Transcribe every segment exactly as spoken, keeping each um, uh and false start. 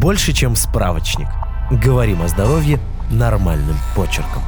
Больше, чем справочник. Говорим о здоровье нормальным почерком.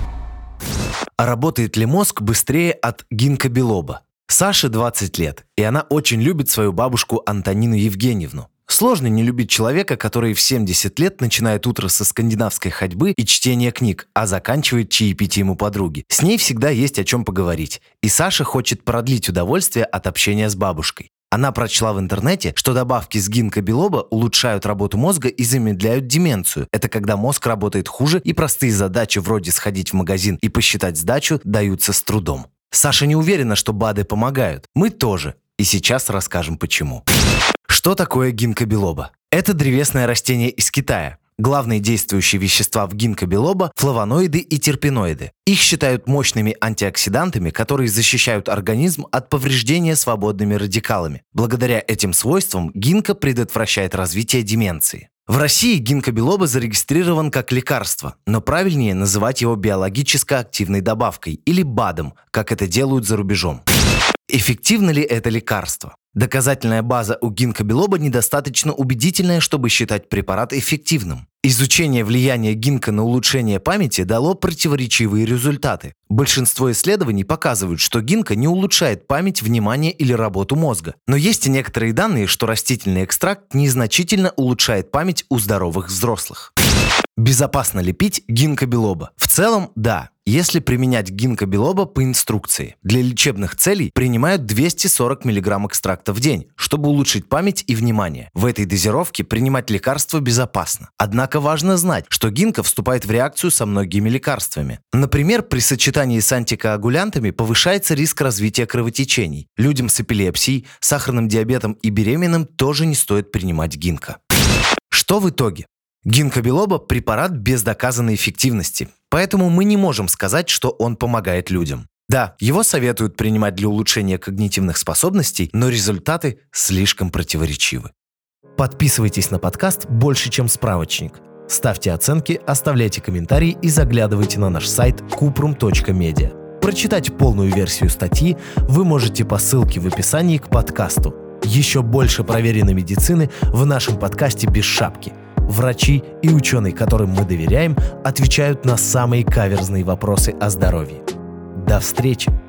А работает ли мозг быстрее от гинкобилоба? Саше двадцать лет, и она очень любит свою бабушку Антонину Евгеньевну. Сложно не любить человека, который в семьдесят лет начинает утро со скандинавской ходьбы и чтения книг, а заканчивает чаепитием у подруги. С ней всегда есть о чем поговорить. И Саша хочет продлить удовольствие от общения с бабушкой. Она прочла в интернете, что добавки с гинкобилоба улучшают работу мозга и замедляют деменцию. Это когда мозг работает хуже, и простые задачи вроде сходить в магазин и посчитать сдачу даются с трудом. Саша не уверена, что БАДы помогают. Мы тоже. И сейчас расскажем почему. Что такое гинкобилоба? Это древесное растение из Китая. Главные действующие вещества в гинкобилоба – флавоноиды и терпеноиды. Их считают мощными антиоксидантами, которые защищают организм от повреждения свободными радикалами. Благодаря этим свойствам гинка предотвращает развитие деменции. В России гинкобилоба зарегистрирован как лекарство, но правильнее называть его биологически активной добавкой или БАДом, как это делают за рубежом. Эффективно ли это лекарство? Доказательная база у гинкобилоба недостаточно убедительная, чтобы считать препарат эффективным. Изучение влияния гинка на улучшение памяти дало противоречивые результаты. Большинство исследований показывают, что гинка не улучшает память, внимание или работу мозга. Но есть и некоторые данные, что растительный экстракт незначительно улучшает память у здоровых взрослых. Безопасно ли пить гинкобилоба? В целом, да, если применять гинкобилоба по инструкции. Для лечебных целей принимают двести сорок миллиграмм экстракта в день, чтобы улучшить память и внимание. В этой дозировке принимать лекарства безопасно. Однако важно знать, что гинка вступает в реакцию со многими лекарствами. Например, при сочетании с антикоагулянтами повышается риск развития кровотечений. Людям с эпилепсией, сахарным диабетом и беременным тоже не стоит принимать гинка. Что в итоге? Гинкобилоба – препарат без доказанной эффективности, поэтому мы не можем сказать, что он помогает людям. Да, его советуют принимать для улучшения когнитивных способностей, но результаты слишком противоречивы. Подписывайтесь на подкаст «Больше, чем справочник». Ставьте оценки, оставляйте комментарии и заглядывайте на наш сайт купрум точка медиа. Прочитать полную версию статьи вы можете по ссылке в описании к подкасту. Еще больше проверенной медицины в нашем подкасте «Без шапки». Врачи и ученые, которым мы доверяем, отвечают на самые каверзные вопросы о здоровье. До встречи!